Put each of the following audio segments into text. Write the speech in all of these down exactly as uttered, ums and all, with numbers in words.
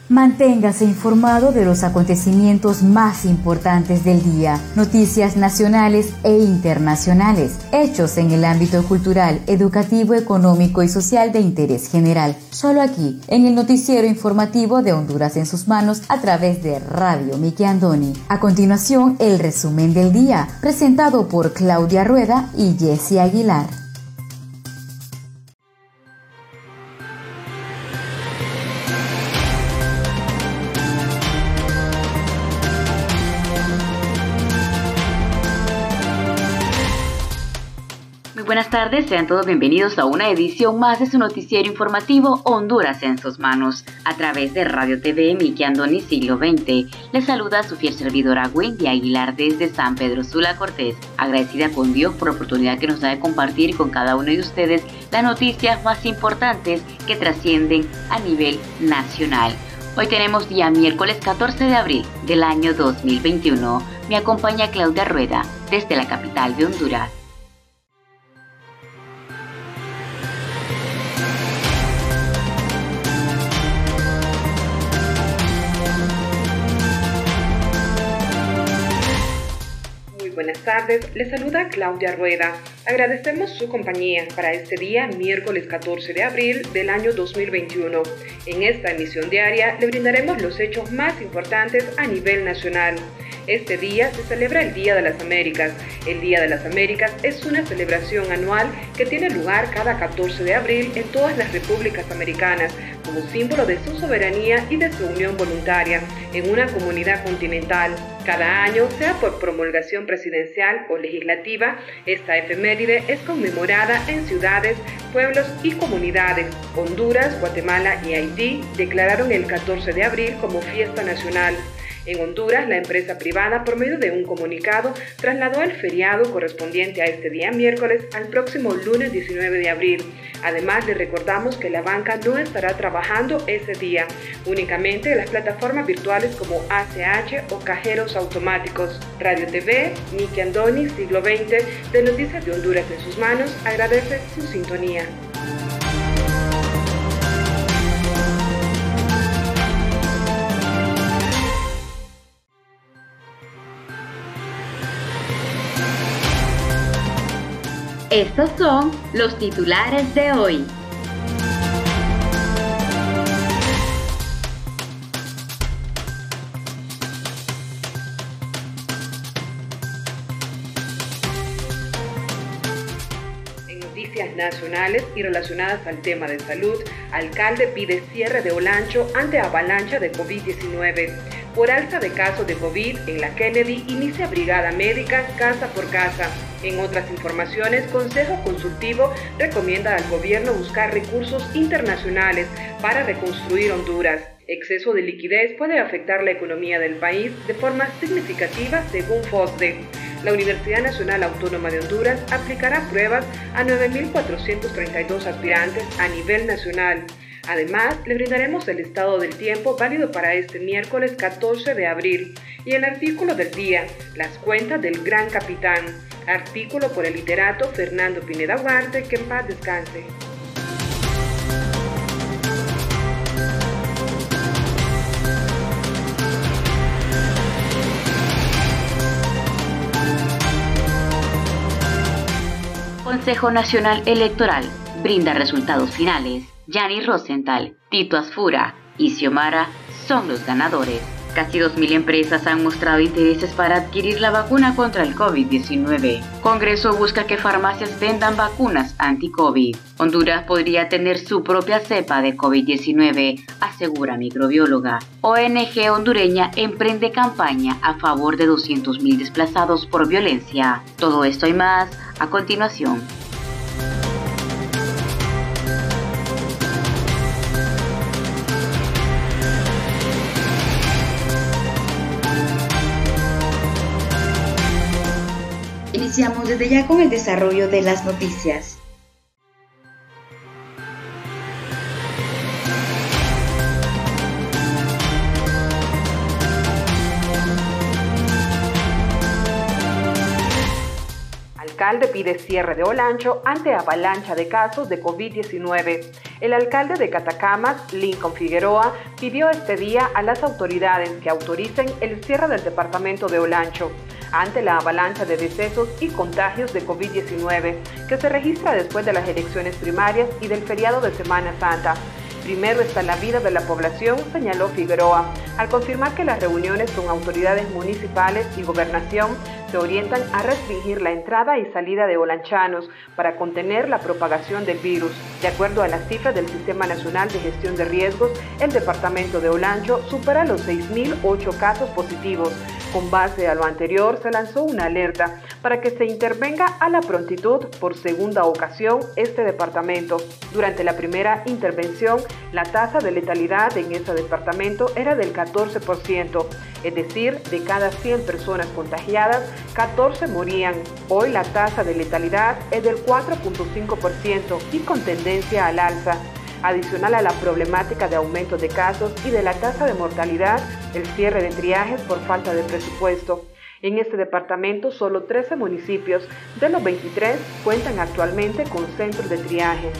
Manténgase informado de los acontecimientos más importantes del día, noticias nacionales e internacionales, hechos en el ámbito cultural, educativo, económico y social de interés general. Solo aquí, en el noticiero informativo de Honduras en sus manos a través de Radio Miki Andoni. A continuación, el resumen del día, presentado por Claudia Rueda y Jessie Aguilar. Buenas tardes, sean todos bienvenidos a una edición más de su noticiero informativo Honduras en sus manos, a través de Radio T V Miki Andoni Siglo veinte. Les saluda su fiel servidora Wendy Aguilar desde San Pedro Sula Cortés, agradecida con Dios por la oportunidad que nos da de compartir con cada uno de ustedes las noticias más importantes que trascienden a nivel nacional. Hoy tenemos día miércoles catorce de abril del año dos mil veintiuno. Me acompaña Claudia Rueda desde la capital de Honduras. Buenas tardes, les saluda Claudia Rueda. Agradecemos su compañía para este día, miércoles catorce de abril del año dos mil veintiuno. En esta emisión diaria le brindaremos los hechos más importantes a nivel nacional. Este día se celebra el Día de las Américas. El Día de las Américas es una celebración anual que tiene lugar cada catorce de abril en todas las repúblicas americanas, como símbolo de su soberanía y de su unión voluntaria en una comunidad continental. Cada año, sea por promulgación presidencial o legislativa, esta efeméride es conmemorada en ciudades, pueblos y comunidades. Honduras, Guatemala y Haití declararon el catorce de abril como fiesta nacional. En Honduras, la empresa privada, por medio de un comunicado, trasladó el feriado correspondiente a este día miércoles al próximo lunes diecinueve de abril. Además, le recordamos que la banca no estará trabajando ese día, únicamente las plataformas virtuales como A C H o cajeros automáticos. Radio T V, Miki Andoni, Siglo veinte, de Noticias de Honduras en sus manos, agradece su sintonía. Estos son los titulares de hoy. En noticias nacionales y relacionadas al tema de salud, alcalde pide cierre de Olancho ante avalancha de COVID diecinueve. Por alza de casos de COVID en la Kennedy, inicia brigada médica casa por casa. En otras informaciones, Consejo Consultivo recomienda al gobierno buscar recursos internacionales para reconstruir Honduras. Exceso de liquidez puede afectar la economía del país de forma significativa según FOSDE. La Universidad Nacional Autónoma de Honduras aplicará pruebas a nueve mil cuatrocientos treinta y dos aspirantes a nivel nacional. Además, le brindaremos el estado del tiempo válido para este miércoles catorce de abril y el artículo del día, las cuentas del gran capitán, artículo por el literato Fernando Pineda Huarte, que en paz descanse. Consejo Nacional Electoral brinda resultados finales. Yanni Rosenthal, Tito Asfura y Xiomara son los ganadores. Casi dos mil empresas han mostrado intereses para adquirir la vacuna contra el COVID diecinueve. Congreso busca que farmacias vendan vacunas anti-COVID. Honduras podría tener su propia cepa de COVID diecinueve, asegura microbióloga. O N G hondureña emprende campaña a favor de doscientos mil desplazados por violencia. Todo esto y más a continuación. Iniciamos desde ya con el desarrollo de las noticias. Alcalde pide cierre de Olancho ante avalancha de casos de COVID diecinueve. El alcalde de Catacamas, Lincoln Figueroa, pidió este día a las autoridades que autoricen el cierre del departamento de Olancho ante la avalancha de decesos y contagios de COVID diecinueve que se registra después de las elecciones primarias y del feriado de Semana Santa. Primero está la vida de la población, señaló Figueroa, al confirmar que las reuniones con autoridades municipales y gobernación se orientan a restringir la entrada y salida de olanchanos para contener la propagación del virus. De acuerdo a las cifras del Sistema Nacional de Gestión de Riesgos, el departamento de Olancho supera los seis mil ocho casos positivos. Con base a lo anterior, se lanzó una alerta para que se intervenga a la prontitud por segunda ocasión este departamento. Durante la primera intervención, la tasa de letalidad en ese departamento era del catorce por ciento, es decir, de cada cien personas contagiadas, catorce morían. Hoy la tasa de letalidad es del cuatro punto cinco por ciento y con tendencia al alza. Adicional a la problemática de aumento de casos y de la tasa de mortalidad, el cierre de triajes por falta de presupuesto. En este departamento, solo trece municipios de los veintitrés cuentan actualmente con centros de triaje.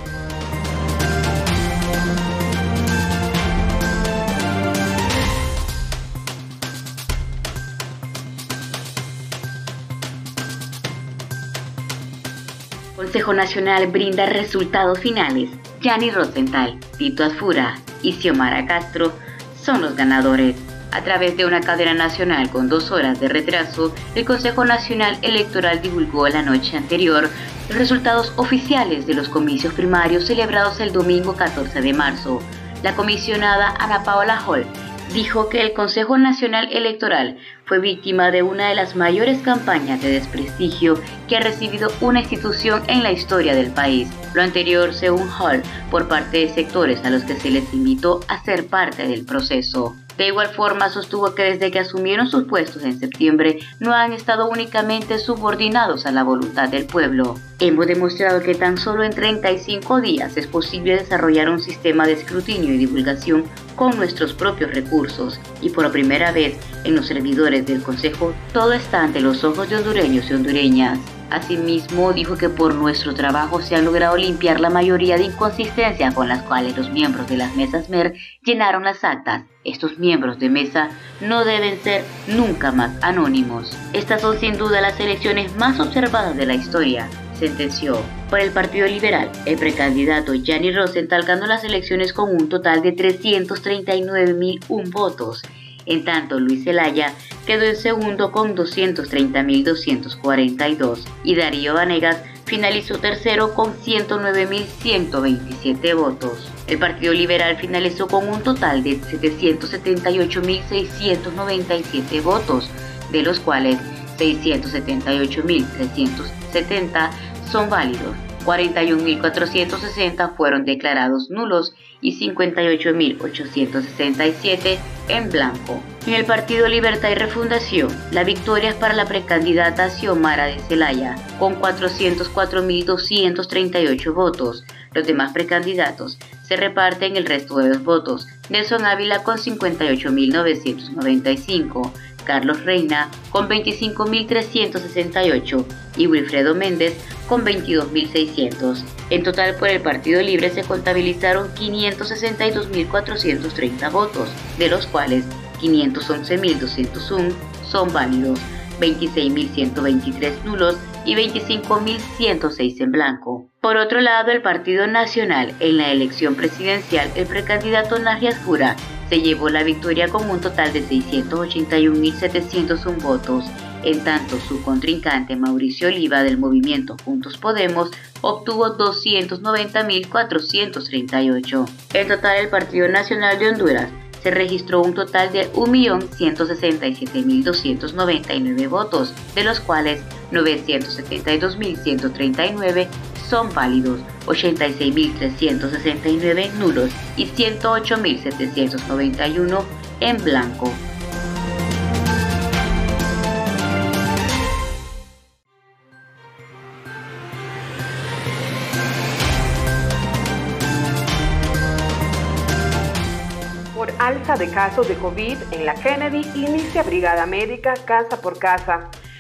Consejo Nacional brinda resultados finales. Gianni Rosenthal, Tito Asfura y Xiomara Castro son los ganadores. A través de una cadena nacional con dos horas de retraso, el Consejo Nacional Electoral divulgó la noche anterior los resultados oficiales de los comicios primarios celebrados el domingo catorce de marzo. La comisionada Ana Paola Hall dijo que el Consejo Nacional Electoral fue víctima de una de las mayores campañas de desprestigio que ha recibido una institución en la historia del país. Lo anterior, según Hall, por parte de sectores a los que se les invitó a ser parte del proceso. De igual forma, sostuvo que desde que asumieron sus puestos en septiembre no han estado únicamente subordinados a la voluntad del pueblo. Hemos demostrado que tan solo en treinta y cinco días es posible desarrollar un sistema de escrutinio y divulgación con nuestros propios recursos, y por primera vez en los servidores del Consejo todo está ante los ojos de hondureños y hondureñas. Asimismo, dijo que por nuestro trabajo se han logrado limpiar la mayoría de inconsistencias con las cuales los miembros de las mesas M E R llenaron las actas. Estos miembros de mesa no deben ser nunca más anónimos. Estas son sin duda las elecciones más observadas de la historia, sentenció. Por el Partido Liberal, el precandidato Gianni Rosenthal ganó las elecciones con un total de trescientos treinta y nueve mil uno votos. En tanto, Luis Zelaya quedó en segundo con doscientos treinta mil doscientos cuarenta y dos y Darío Vanegas finalizó tercero con ciento nueve mil ciento veintisiete votos. El Partido Liberal finalizó con un total de setecientos setenta y ocho mil seiscientos noventa y siete votos, de los cuales seiscientos setenta y ocho mil trescientos setenta son válidos, cuarenta y un mil cuatrocientos sesenta fueron declarados nulos y cincuenta y ocho mil ochocientos sesenta y siete en blanco. En el Partido Libertad y Refundación, la victoria es para la precandidata Xiomara de Zelaya, con cuatrocientos cuatro mil doscientos treinta y ocho votos. Los demás precandidatos se reparten el resto de los votos. Nelson Ávila con cincuenta y ocho mil novecientos noventa y cinco, Carlos Reina con veinticinco mil trescientos sesenta y ocho y Wilfredo Méndez con veintidós mil seiscientos. En total, por el Partido Libre se contabilizaron quinientos sesenta y dos mil cuatrocientos treinta votos, de los cuales quinientos once mil doscientos uno son válidos, veintiséis mil ciento veintitrés nulos y veinticinco mil ciento seis en blanco. Por otro lado, el Partido Nacional, en la elección presidencial, el precandidato Narri Asfura se llevó la victoria con un total de seiscientos ochenta y un mil setecientos uno votos. En tanto, su contrincante Mauricio Oliva del movimiento Juntos Podemos obtuvo doscientos noventa mil cuatrocientos treinta y ocho. En total, el Partido Nacional de Honduras se registró un total de un millón ciento sesenta y siete mil doscientos noventa y nueve votos, de los cuales novecientos setenta y dos mil ciento treinta y nueve son válidos, ochenta y seis mil trescientos sesenta y nueve nulos y ciento ocho mil setecientos noventa y uno en blanco. Por alza de casos de COVID en la Kennedy, inicia brigada médica casa por casa.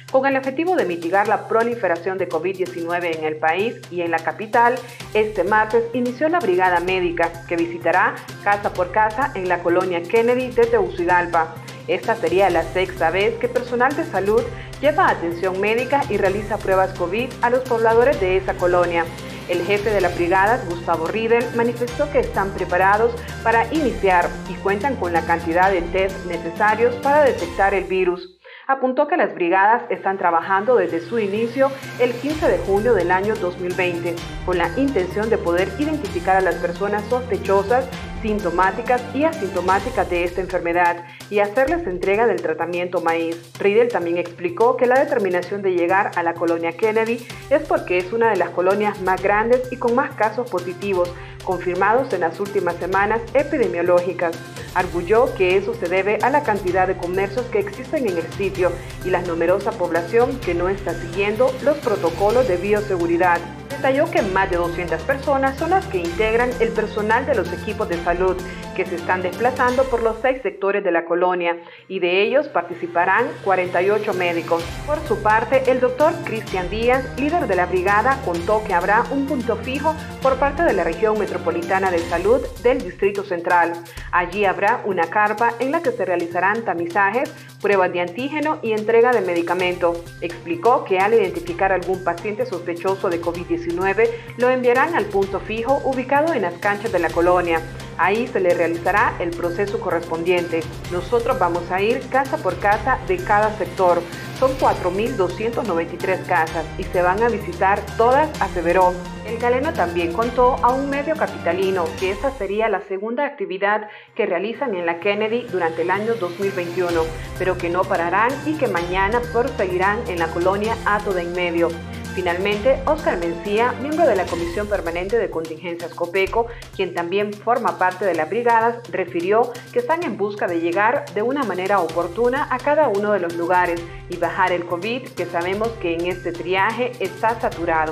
Con el objetivo de mitigar la proliferación de COVID diecinueve en el país y en la capital, este martes inició la Brigada Médica, que visitará casa por casa en la colonia Kennedy de Tegucigalpa. Esta sería la sexta vez que personal de salud lleva atención médica y realiza pruebas COVID a los pobladores de esa colonia. El jefe de la brigada, Gustavo Riedel, manifestó que están preparados para iniciar y cuentan con la cantidad de test necesarios para detectar el virus. Apuntó que las brigadas están trabajando desde su inicio el quince de junio del año dos mil veinte, con la intención de poder identificar a las personas sospechosas, sintomáticas y asintomáticas de esta enfermedad y hacerles entrega del tratamiento maíz. Riedel también explicó que la determinación de llegar a la colonia Kennedy es porque es una de las colonias más grandes y con más casos positivos confirmados en las últimas semanas epidemiológicas. Arguyó que eso se debe a la cantidad de comercios que existen en el sitio y la numerosa población que no está siguiendo los protocolos de bioseguridad. Detalló que más de doscientas personas son las que integran el personal de los equipos de salud que se están desplazando por los seis sectores de la colonia y de ellos participarán cuarenta y ocho médicos. Por su parte, el doctor Cristian Díaz, líder de la brigada, contó que habrá un punto fijo por parte de la región metropolitana de salud del Distrito Central. Allí habrá una carpa en la que se realizarán tamizajes, pruebas de antígeno y entrega de medicamento. Explicó que al identificar algún paciente sospechoso de COVID diecinueve, lo enviarán al punto fijo ubicado en las canchas de la colonia. Ahí se le realizará el proceso correspondiente. Nosotros vamos a ir casa por casa de cada sector. Son cuatro mil doscientas noventa y tres casas y se van a visitar todas, aseveró. El galeno también contó a un medio capitalino que esta sería la segunda actividad que realizan en la Kennedy durante el año dos mil veintiuno, pero que no pararán y que mañana proseguirán en la colonia Hato de Enmedio. Finalmente, Óscar Mencía, miembro de la Comisión Permanente de Contingencias COPECO, quien también forma parte de las brigadas, refirió que están en busca de llegar de una manera oportuna a cada uno de los lugares y bajar el COVID, que sabemos que en este triaje está saturado.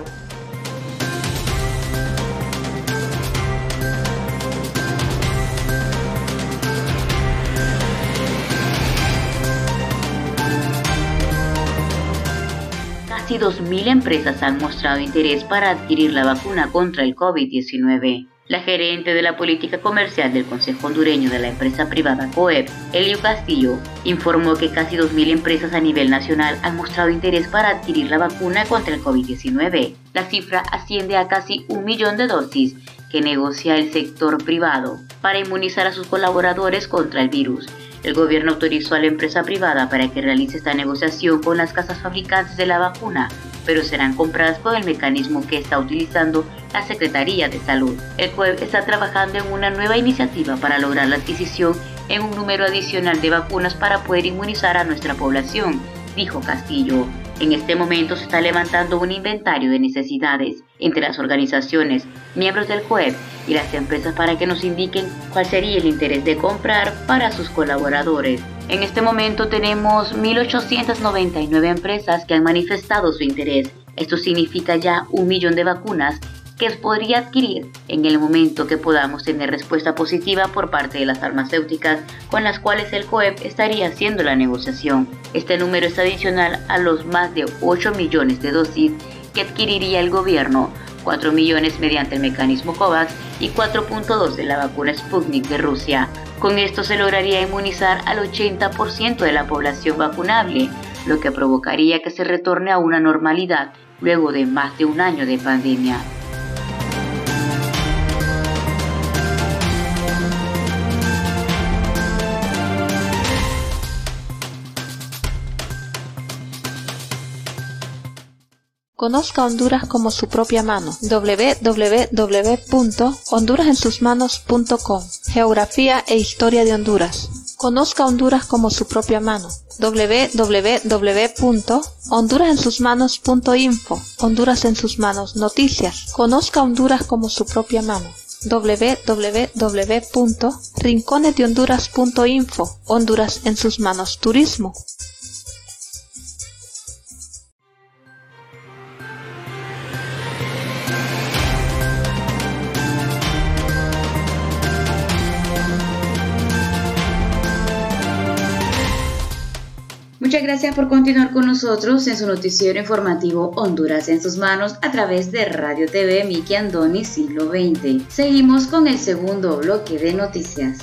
Casi dos mil empresas han mostrado interés para adquirir la vacuna contra el COVID diecinueve. La gerente de la política comercial del Consejo Hondureño de la empresa privada COEP, Elio Castillo, informó que casi dos mil empresas a nivel nacional han mostrado interés para adquirir la vacuna contra el COVID diecinueve. La cifra asciende a casi un millón de dosis que negocia el sector privado para inmunizar a sus colaboradores contra el virus. El gobierno autorizó a la empresa privada para que realice esta negociación con las casas fabricantes de la vacuna, pero serán compradas con el mecanismo que está utilizando la Secretaría de Salud. El COEP está trabajando en una nueva iniciativa para lograr la adquisición en un número adicional de vacunas para poder inmunizar a nuestra población, dijo Castillo. En este momento se está levantando un inventario de necesidades entre las organizaciones, miembros del COEP y las empresas para que nos indiquen cuál sería el interés de comprar para sus colaboradores. En este momento tenemos mil ochocientas noventa y nueve empresas que han manifestado su interés. Esto significa ya un millón de vacunas que se podría adquirir en el momento que podamos tener respuesta positiva por parte de las farmacéuticas con las cuales el COEP estaría haciendo la negociación. Este número es adicional a los más de ocho millones de dosis que adquiriría el gobierno, cuatro millones mediante el mecanismo COVAX y cuatro punto dos de la vacuna Sputnik de Rusia. Con esto se lograría inmunizar al ochenta por ciento de la población vacunable, lo que provocaría que se retorne a una normalidad luego de más de un año de pandemia. Conozca Honduras como su propia mano. doble u doble u doble u punto honduras en sus manos punto com. Geografía e historia de Honduras. Conozca Honduras como su propia mano. doble u doble u doble u punto honduras en sus manos punto info. Honduras en sus manos noticias. Conozca Honduras como su propia mano. doble u doble u doble u punto rincones de honduras punto info. Honduras en sus manos turismo. Muchas Muchas gracias por continuar con nosotros en su noticiero informativo Honduras en sus manos a través de Radio T V Miki Andoni Siglo veinte. Seguimos con el segundo bloque de noticias.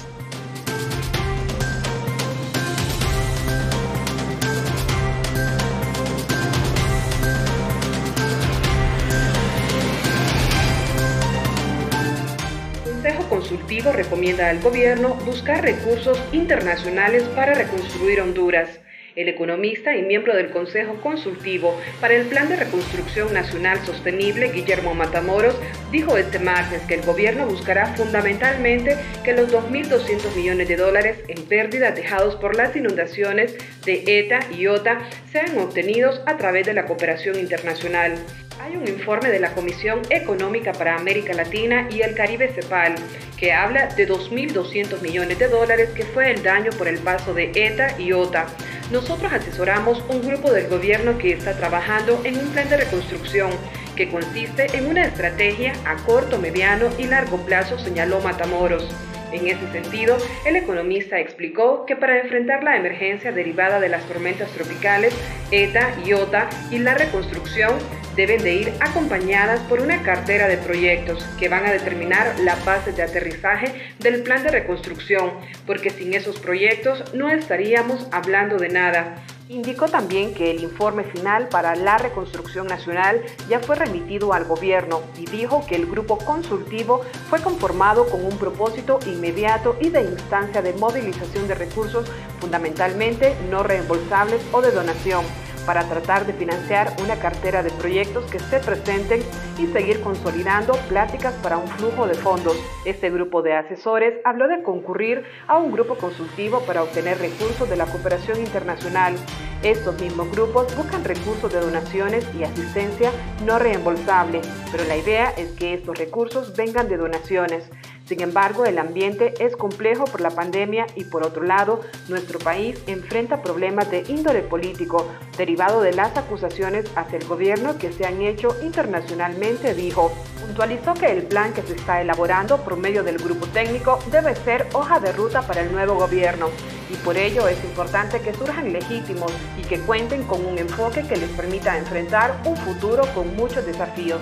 El Consejo Consultivo recomienda al gobierno buscar recursos internacionales para reconstruir Honduras. El economista y miembro del Consejo Consultivo para el Plan de Reconstrucción Nacional Sostenible, Guillermo Matamoros, dijo este martes que el gobierno buscará fundamentalmente que los dos mil doscientos millones de dólares en pérdidas dejados por las inundaciones de ETA y OTA sean obtenidos a través de la cooperación internacional. Hay un informe de la Comisión Económica para América Latina y el Caribe CEPAL que habla de dos mil doscientos millones de dólares que fue el daño por el paso de ETA y OTA. Nosotros asesoramos un grupo del gobierno que está trabajando en un plan de reconstrucción que consiste en una estrategia a corto, mediano y largo plazo, señaló Matamoros. En ese sentido, el economista explicó que para enfrentar la emergencia derivada de las tormentas tropicales, ETA y OTA y la reconstrucción deben de ir acompañadas por una cartera de proyectos que van a determinar la base de aterrizaje del plan de reconstrucción, porque sin esos proyectos no estaríamos hablando de nada. Indicó también que el informe final para la reconstrucción nacional ya fue remitido al gobierno y dijo que el grupo consultivo fue conformado con un propósito inmediato y de instancia de movilización de recursos fundamentalmente no reembolsables o de donación, para tratar de financiar una cartera de proyectos que se presenten y seguir consolidando pláticas para un flujo de fondos. Este grupo de asesores habló de concurrir a un grupo consultivo para obtener recursos de la cooperación internacional. Estos mismos grupos buscan recursos de donaciones y asistencia no reembolsable, pero la idea es que estos recursos vengan de donaciones. Sin embargo, el ambiente es complejo por la pandemia y, por otro lado, nuestro país enfrenta problemas de índole político derivado de las acusaciones hacia el gobierno que se han hecho internacionalmente, dijo. Puntualizó que el plan que se está elaborando por medio del grupo técnico debe ser hoja de ruta para el nuevo gobierno y por ello es importante que surjan legítimos y que cuenten con un enfoque que les permita enfrentar un futuro con muchos desafíos.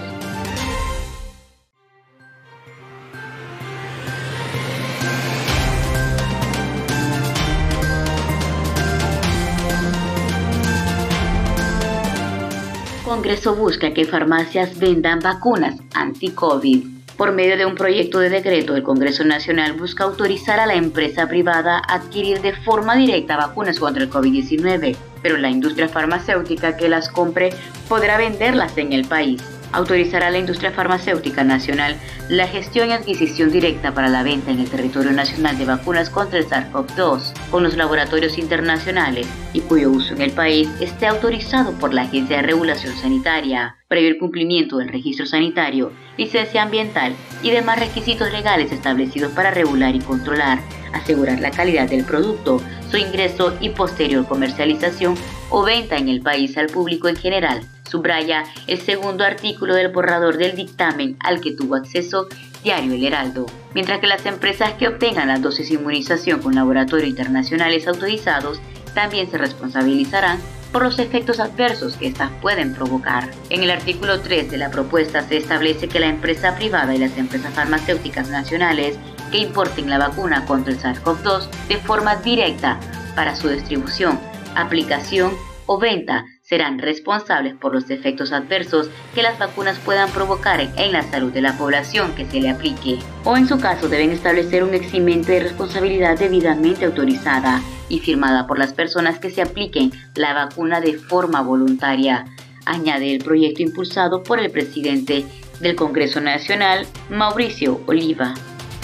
Congreso busca que farmacias vendan vacunas anti-COVID. Por medio de un proyecto de decreto, el Congreso Nacional busca autorizar a la empresa privada a adquirir de forma directa vacunas contra el COVID diecinueve, pero la industria farmacéutica que las compre podrá venderlas en el país. Autorizará a la industria farmacéutica nacional la gestión y adquisición directa para la venta en el territorio nacional de vacunas contra el SARS-CoV dos con los laboratorios internacionales y cuyo uso en el país esté autorizado por la Agencia de Regulación Sanitaria, previo el cumplimiento del registro sanitario, licencia ambiental y demás requisitos legales establecidos para regular y controlar, asegurar la calidad del producto, su ingreso y posterior comercialización o venta en el país al público en general. Subraya el segundo artículo del borrador del dictamen al que tuvo acceso Diario El Heraldo. Mientras que las empresas que obtengan las dosis de inmunización con laboratorios internacionales autorizados también se responsabilizarán por los efectos adversos que éstas pueden provocar. En el artículo tres de la propuesta se establece que la empresa privada y las empresas farmacéuticas nacionales que importen la vacuna contra el SARS-CoV dos de forma directa para su distribución, aplicación o venta serán responsables por los efectos adversos que las vacunas puedan provocar en la salud de la población que se le aplique, o en su caso deben establecer un eximente de responsabilidad debidamente autorizada y firmada por las personas que se apliquen la vacuna de forma voluntaria, añade el proyecto impulsado por el presidente del Congreso Nacional, Mauricio Oliva.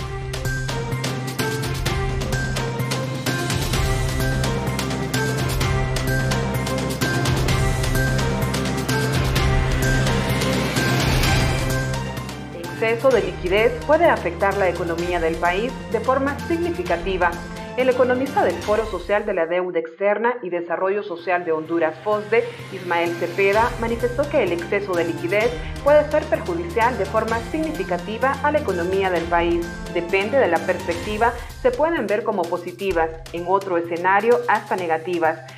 Exceso de liquidez puede afectar la economía del país de forma significativa. El economista del Foro Social de la Deuda Externa y Desarrollo Social de Honduras, FOSDE, Ismael Cepeda, manifestó que el exceso de liquidez puede ser perjudicial de forma significativa a la economía del país. Depende de la perspectiva, se pueden ver como positivas, en otro escenario hasta negativas,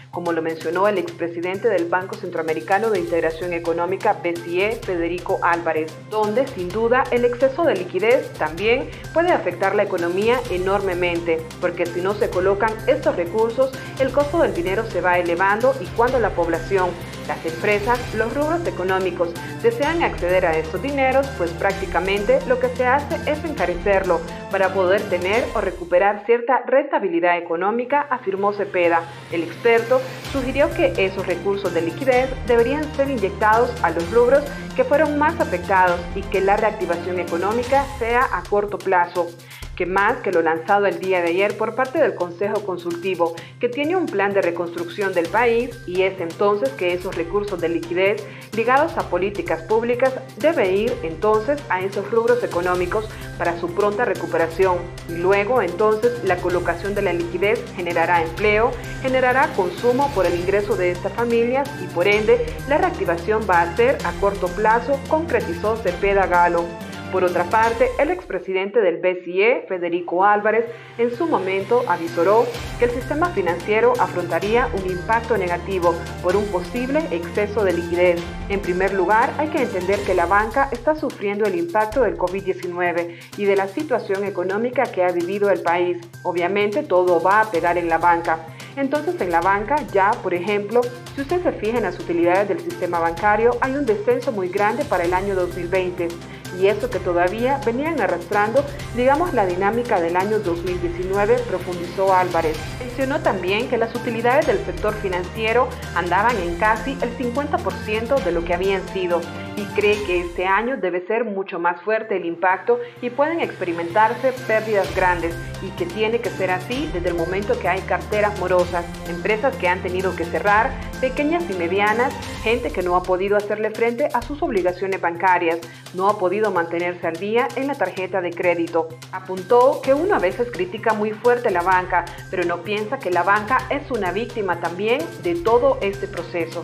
como lo mencionó el expresidente del Banco Centroamericano de Integración Económica, B C E, Federico Álvarez, donde sin duda el exceso de liquidez también puede afectar la economía enormemente, porque si no se colocan estos recursos, el costo del dinero se va elevando y cuando la población, las empresas, los rubros económicos desean acceder a estos dineros, pues prácticamente lo que se hace es encarecerlo para poder tener o recuperar cierta rentabilidad económica, afirmó Cepeda. El experto sugirió que esos recursos de liquidez deberían ser inyectados a los rubros que fueron más afectados y que la reactivación económica sea a corto plazo, que más que lo lanzado el día de ayer por parte del Consejo Consultivo, que tiene un plan de reconstrucción del país, y es entonces que esos recursos de liquidez ligados a políticas públicas debe ir entonces a esos rubros económicos para su pronta recuperación. Y luego entonces la colocación de la liquidez generará empleo, generará consumo por el ingreso de estas familias y por ende la reactivación va a ser a corto plazo, concretizó Cepeda Galo. Por otra parte, el expresidente del B C E, Federico Álvarez, en su momento avisoró que el sistema financiero afrontaría un impacto negativo por un posible exceso de liquidez. En primer lugar, hay que entender que la banca está sufriendo el impacto del COVID diecinueve y de la situación económica que ha vivido el país. Obviamente, todo va a pegar en la banca. Entonces, en la banca ya, por ejemplo, si usted se fija en las utilidades del sistema bancario, hay un descenso muy grande para el año dos mil veinte. Y eso que todavía venían arrastrando, digamos, la dinámica del año dos mil diecinueve, profundizó Álvarez. Mencionó también que las utilidades del sector financiero andaban en casi el cincuenta por ciento de lo que habían sido y cree que este año debe ser mucho más fuerte el impacto y pueden experimentarse pérdidas grandes y que tiene que ser así desde el momento que hay carteras morosas, empresas que han tenido que cerrar, pequeñas y medianas, gente que no ha podido hacerle frente a sus obligaciones bancarias, no ha podido mantenerse al día en la tarjeta de crédito. Apuntó que uno a veces critica muy fuerte la banca, pero no piensa que la banca es una víctima también de todo este proceso.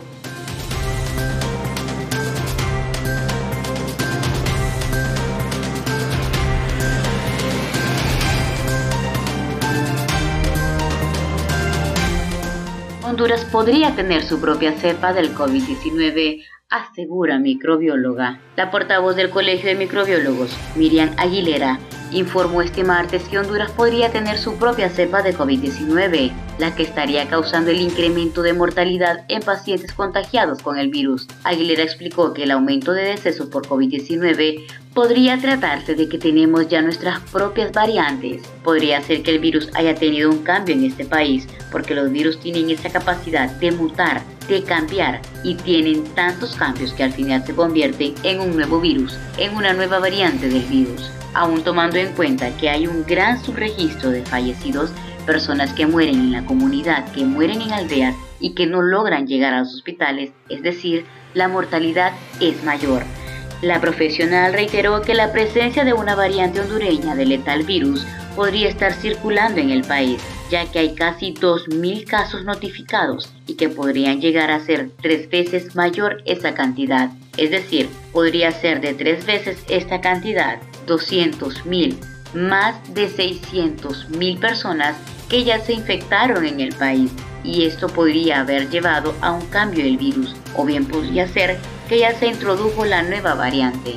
Honduras podría tener su propia cepa del COVID diecinueve, asegura microbióloga. La portavoz del Colegio de Microbiólogos, Miriam Aguilera, informó este martes que Honduras podría tener su propia cepa de COVID diecinueve, la que estaría causando el incremento de mortalidad en pacientes contagiados con el virus. Aguilera explicó que el aumento de decesos por COVID diecinueve podría tratarse de que tenemos ya nuestras propias variantes. Podría ser que el virus haya tenido un cambio en este país, porque los virus tienen esa capacidad de mutar, de cambiar, y tienen tantos cambios que al final se convierten en un nuevo virus, en una nueva variante del virus. Aún tomando en cuenta que hay un gran subregistro de fallecidos, personas que mueren en la comunidad, que mueren en aldeas y que no logran llegar a los hospitales, es decir, la mortalidad es mayor. La profesional reiteró que la presencia de una variante hondureña del letal virus podría estar circulando en el país, ya que hay casi dos mil casos notificados y que podrían llegar a ser tres veces mayor esa cantidad. Es decir, podría ser de tres veces esta cantidad, doscientos mil, más de seiscientos mil personas que ya se infectaron en el país, y esto podría haber llevado a un cambio del virus, o bien podría ser que ya se introdujo la nueva variante.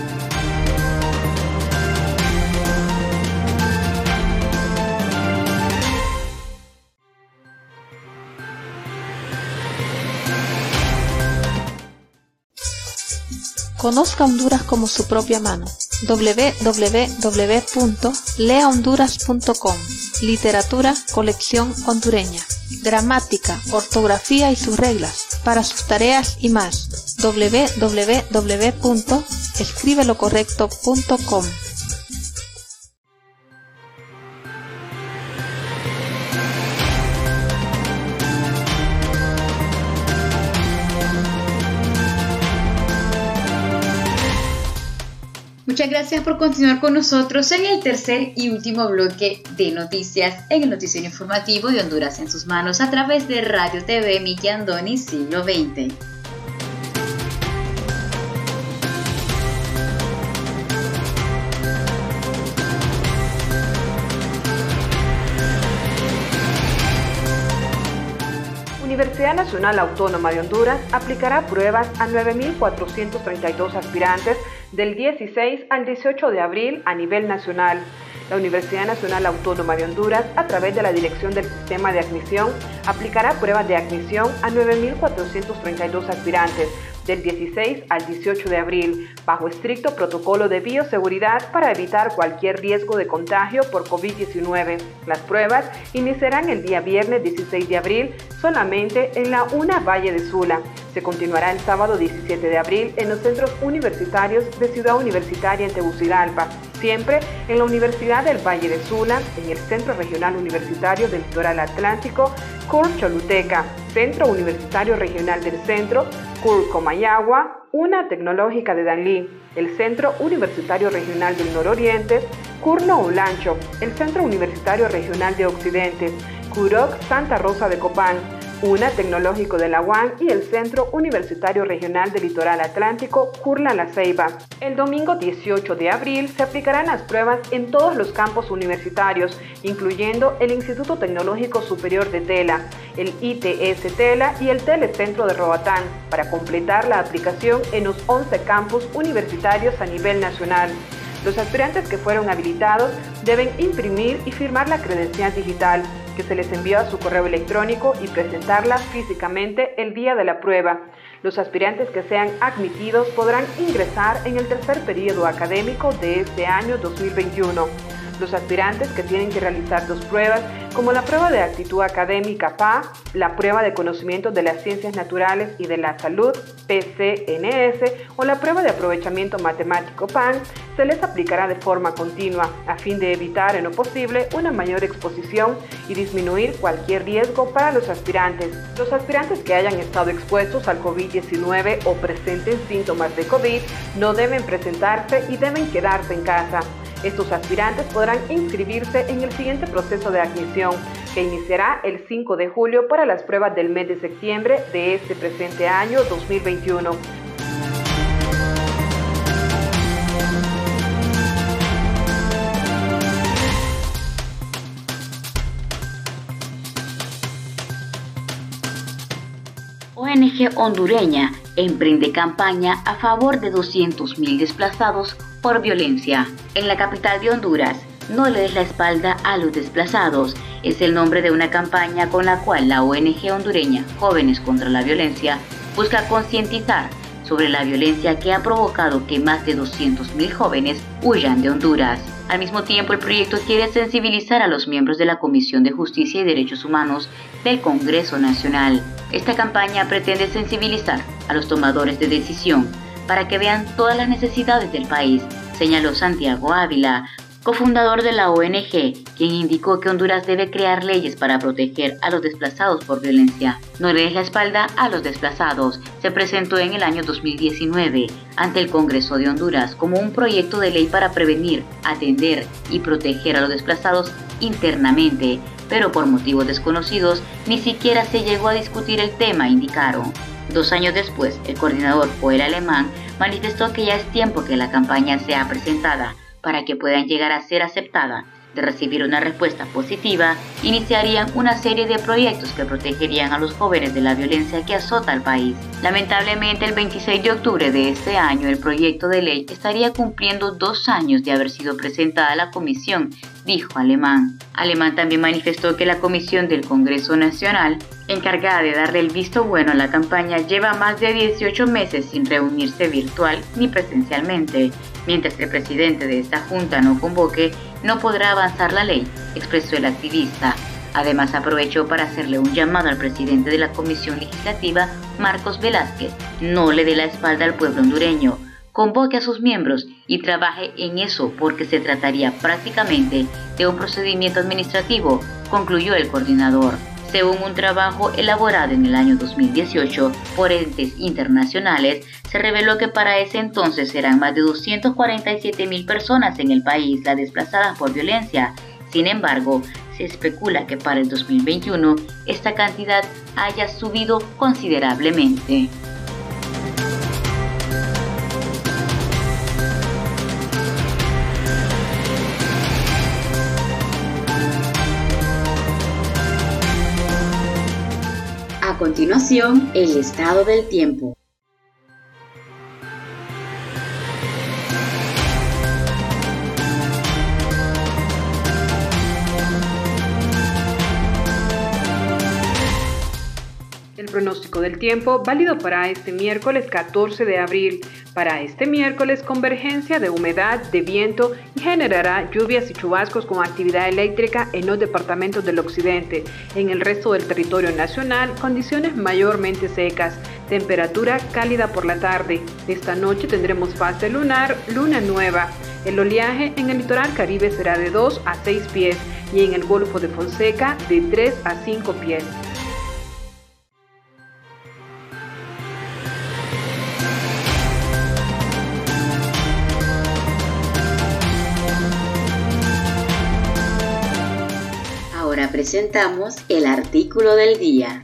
Conozca Honduras como su propia mano. doble u doble u doble u punto lea honduras punto com. Literatura, colección hondureña. Gramática, ortografía y sus reglas. Para sus tareas y más. doble u doble u doble u punto escribe lo correcto punto com. Muchas gracias por continuar con nosotros en el tercer y último bloque de noticias en el noticiero informativo de Honduras en sus manos a través de Radio T V Miki Andoni Siglo veinte. Universidad Nacional Autónoma de Honduras aplicará pruebas a nueve mil cuatrocientos treinta y dos aspirantes del dieciséis al dieciocho de abril a nivel nacional. La Universidad Nacional Autónoma de Honduras, a través de la Dirección del Sistema de Admisión, aplicará pruebas de admisión a nueve mil cuatrocientos treinta y dos aspirantes del dieciséis al dieciocho de abril, bajo estricto protocolo de bioseguridad para evitar cualquier riesgo de contagio por COVID diecinueve. Las pruebas iniciarán el día viernes dieciséis de abril solamente en la UNA Valle de Sula. Se continuará el sábado diecisiete de abril en los centros universitarios de Ciudad Universitaria en Tegucigalpa, siempre en la Universidad del Valle de Sula, en el Centro Regional Universitario del Litoral Atlántico, C U R Choluteca, Centro Universitario Regional del Centro, C U R Comayagua, UNA Tecnológica de Danlí, el Centro Universitario Regional del Nororiente, C U R Noulancho, el Centro Universitario Regional de Occidente, C U R O C Santa Rosa de Copán, UNA Tecnológico de la U A N y el Centro Universitario Regional del Litoral Atlántico, C U R La La Ceiba. El domingo dieciocho de abril se aplicarán las pruebas en todos los campos universitarios, incluyendo el Instituto Tecnológico Superior de Tela, el I T S Tela y el Telecentro de Roatán, para completar la aplicación en los once campus universitarios a nivel nacional. Los aspirantes que fueron habilitados deben imprimir y firmar la credencial digital, que se les envió a su correo electrónico, y presentarla físicamente el día de la prueba. Los aspirantes que sean admitidos podrán ingresar en el tercer periodo académico de este año dos mil veintiuno. Los aspirantes que tienen que realizar dos pruebas, como la prueba de actitud académica P A, la prueba de conocimiento de las ciencias naturales y de la salud P C N S o la prueba de aprovechamiento matemático P A N, se les aplicará de forma continua a fin de evitar en lo posible una mayor exposición y disminuir cualquier riesgo para los aspirantes. Los aspirantes que hayan estado expuestos al COVID diecinueve o presenten síntomas de COVID no deben presentarse y deben quedarse en casa. Estos aspirantes podrán inscribirse en el siguiente proceso de admisión, que iniciará el cinco de julio para las pruebas del mes de septiembre de este presente año dos mil veintiuno. O N G hondureña emprende campaña a favor de doscientos mil desplazados por violencia. En la capital de Honduras, No le des la espalda a los desplazados es el nombre de una campaña con la cual la O N G hondureña Jóvenes contra la Violencia busca concientizar sobre la violencia que ha provocado que más de doscientos mil jóvenes huyan de Honduras. Al mismo tiempo, el proyecto quiere sensibilizar a los miembros de la Comisión de Justicia y Derechos Humanos del Congreso Nacional. Esta campaña pretende sensibilizar a los tomadores de decisión para que vean todas las necesidades del país, señaló Santiago Ávila, cofundador de la O N G, quien indicó que Honduras debe crear leyes para proteger a los desplazados por violencia. No le des la espalda a los desplazados se presentó en el año dos mil diecinueve ante el Congreso de Honduras como un proyecto de ley para prevenir, atender y proteger a los desplazados internamente, pero por motivos desconocidos ni siquiera se llegó a discutir el tema, indicaron. Dos años después, el coordinador Joel Alemán manifestó que ya es tiempo que la campaña sea presentada para que puedan llegar a ser aceptada. De recibir una respuesta positiva, iniciarían una serie de proyectos que protegerían a los jóvenes de la violencia que azota al país. Lamentablemente, el veintiséis de octubre de este año, el proyecto de ley estaría cumpliendo dos años de haber sido presentada a la comisión, dijo Alemán. Alemán también manifestó que la comisión del Congreso Nacional, encargada de darle el visto bueno a la campaña, lleva más de dieciocho meses sin reunirse virtual ni presencialmente. Mientras que el presidente de esta junta no convoque, no podrá avanzar la ley, expresó el activista. Además, aprovechó para hacerle un llamado al presidente de la Comisión Legislativa, Marcos Velázquez: no le dé la espalda al pueblo hondureño, convoque a sus miembros y trabaje en eso porque se trataría prácticamente de un procedimiento administrativo, concluyó el coordinador. Según un trabajo elaborado en el año dos mil dieciocho por entes internacionales, se reveló que para ese entonces eran más de doscientas cuarenta y siete mil personas en el país las desplazadas por violencia. Sin embargo, se especula que para el dos mil veintiuno esta cantidad haya subido considerablemente. A continuación, el estado del tiempo. El pronóstico del tiempo válido para este miércoles catorce de abril. Para este miércoles, convergencia de humedad, de viento y generará lluvias y chubascos con actividad eléctrica en los departamentos del occidente. En el resto del territorio nacional, condiciones mayormente secas. Temperatura cálida por la tarde. Esta noche tendremos fase lunar, luna nueva. El oleaje en el litoral caribe será de dos a seis pies y en el Golfo de Fonseca de tres a cinco pies. Ahora presentamos el artículo del día.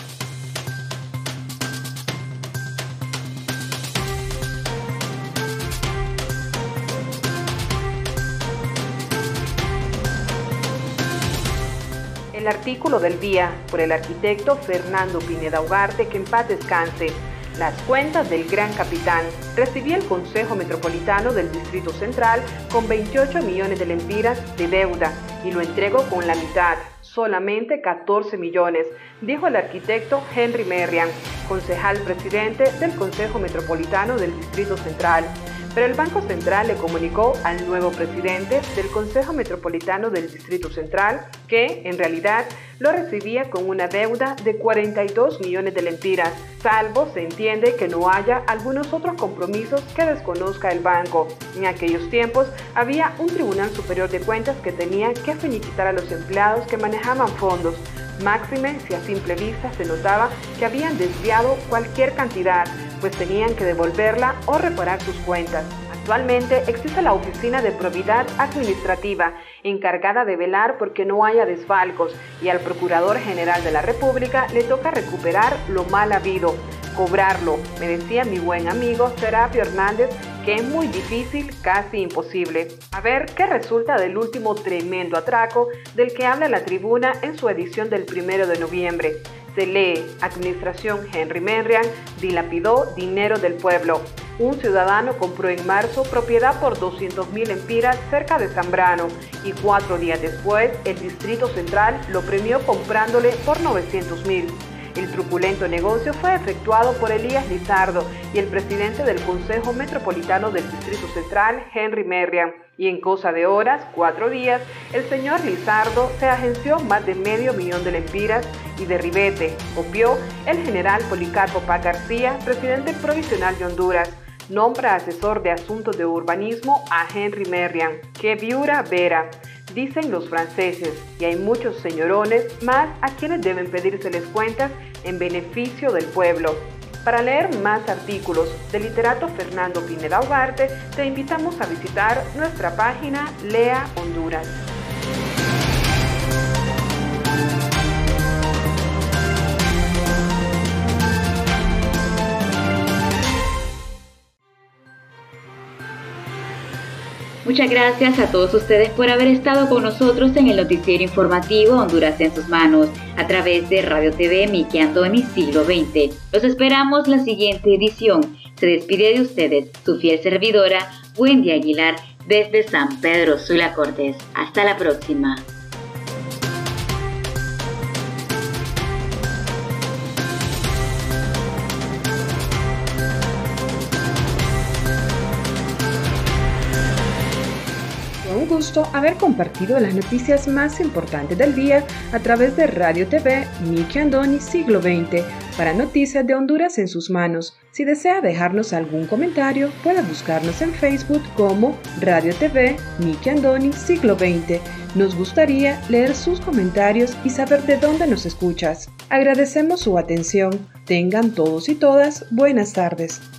El artículo del día por el arquitecto Fernando Pineda Ugarte, que en paz descanse. Las cuentas del Gran Capitán. Recibí el Consejo Metropolitano del Distrito Central con veintiocho millones de lempiras de deuda y lo entrego con la mitad, solamente catorce millones, dijo el arquitecto Henry Merriam, concejal presidente del Consejo Metropolitano del Distrito Central. Pero el Banco Central le comunicó al nuevo presidente del Consejo Metropolitano del Distrito Central que, en realidad, lo recibía con una deuda de cuarenta y dos millones de lempiras, salvo se entiende que no haya algunos otros compromisos que desconozca el banco. En aquellos tiempos había un Tribunal Superior de Cuentas que tenía que finiquitar a los empleados que manejaban fondos, máxime si a simple vista se notaba que habían desviado cualquier cantidad, pues tenían que devolverla o reparar sus cuentas. Actualmente existe la Oficina de Probidad Administrativa, encargada de velar porque no haya desfalcos, y al Procurador General de la República le toca recuperar lo mal habido, cobrarlo. Me decía mi buen amigo Serapio Hernández que es muy difícil, casi imposible. A ver qué resulta del último tremendo atraco del que habla la Tribuna en su edición del primero de noviembre. Se lee: Administración Henry Merriam dilapidó dinero del pueblo. Un ciudadano compró en marzo propiedad por doscientos mil lempiras cerca de Zambrano y cuatro días después el Distrito Central lo premió comprándole por novecientos mil. El truculento negocio fue efectuado por Elías Lizardo y el presidente del Consejo Metropolitano del Distrito Central, Henry Merriam, y en cosa de horas, cuatro días, el señor Lizardo se agenció más de medio millón de lempiras y de ribete, copió el general Policarpo Paz García, presidente provisional de Honduras. Nombra asesor de asuntos de urbanismo a Henry Merriam, que viura vera, dicen los franceses, y hay muchos señorones más a quienes deben pedírseles cuentas en beneficio del pueblo. Para leer más artículos del literato Fernando Pineda Ugarte, te invitamos a visitar nuestra página Lea Honduras. Muchas gracias a todos ustedes por haber estado con nosotros en el noticiero informativo Honduras en sus manos, a través de Radio T V Miki Andoni Siglo veinte. Los esperamos la siguiente edición. Se despide de ustedes su fiel servidora, Wendy Aguilar, desde San Pedro Sula Cortés. Hasta la próxima. Un gusto haber compartido las noticias más importantes del día a través de Radio T V Miki Andoni Siglo veinte para Noticias de Honduras en sus manos. Si desea dejarnos algún comentario, puede buscarnos en Facebook como Radio T V Miki Andoni Siglo veinte. Nos gustaría leer sus comentarios y saber de dónde nos escuchas. Agradecemos su atención. Tengan todos y todas buenas tardes.